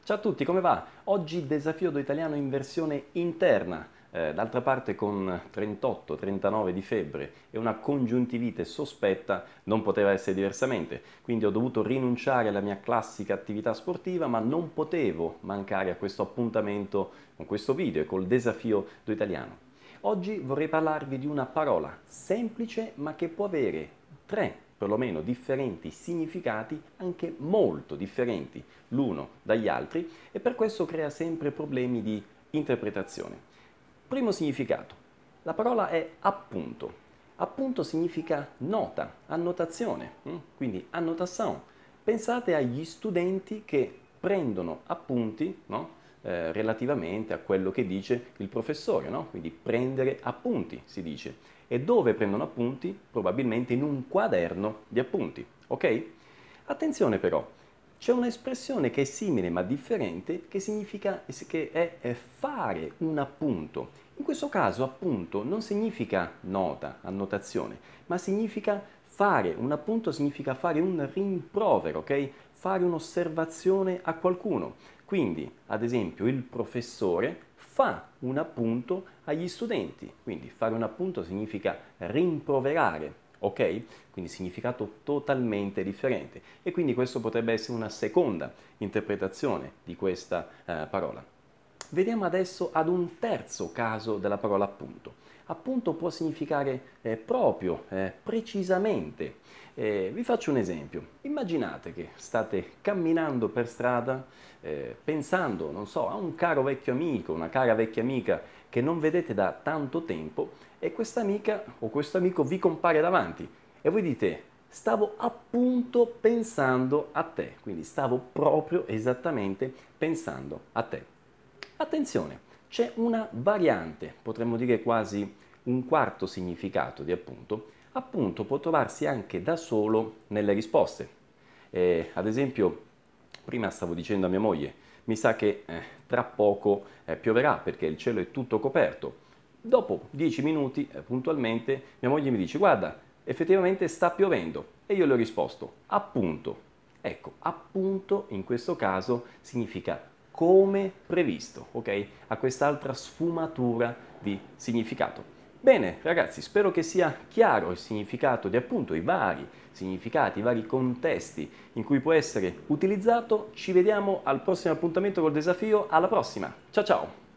Ciao a tutti, come va? Oggi desafio d'italiano in versione interna. D'altra parte con 38-39 di febbre e una congiuntivite sospetta non poteva essere diversamente, quindi ho dovuto rinunciare alla mia classica attività sportiva, ma non potevo mancare a questo appuntamento con questo video e col desafio d'italiano. Oggi vorrei parlarvi di una parola semplice ma che può avere tre perlomeno differenti significati, anche molto differenti l'uno dagli altri, e per questo crea sempre problemi di interpretazione. Primo significato. La parola è appunto. Appunto significa nota, annotazione, quindi annotation. Pensate agli studenti che prendono appunti, no? Relativamente a quello che dice il professore, no? Quindi prendere appunti si dice. E dove prendono appunti? Probabilmente in un quaderno di appunti, ok? Attenzione però, c'è un'espressione che è simile ma differente che significa che è fare un appunto. In questo caso appunto non significa nota, annotazione, ma significa fare un appunto, significa fare un rimprovero, ok? Fare un'osservazione a qualcuno. Quindi, ad esempio, il professore fa un appunto agli studenti. Quindi fare un appunto significa rimproverare, ok? Quindi significato totalmente differente. E quindi questo potrebbe essere una seconda interpretazione di questa parola. Vediamo adesso ad un terzo caso della parola appunto. Appunto può significare proprio, precisamente. Vi faccio un esempio. Immaginate che state camminando per strada pensando, non so, a un caro vecchio amico, una cara vecchia amica che non vedete da tanto tempo e questa amica o questo amico vi compare davanti e voi dite stavo appunto pensando a te, quindi stavo proprio esattamente pensando a te. Attenzione, c'è una variante, potremmo dire quasi un quarto significato di appunto. Appunto può trovarsi anche da solo nelle risposte. Ad esempio, prima stavo dicendo a mia moglie, mi sa che tra poco pioverà perché il cielo è tutto coperto. Dopo 10 minuti, puntualmente, mia moglie mi dice, guarda, effettivamente sta piovendo. E io le ho risposto, appunto. Ecco, appunto in questo caso significa come previsto, ok? Ha quest'altra sfumatura di significato. Bene, ragazzi, spero che sia chiaro il significato di appunto, i vari significati, i vari contesti in cui può essere utilizzato. Ci vediamo al prossimo appuntamento col desafio. Alla prossima. Ciao ciao!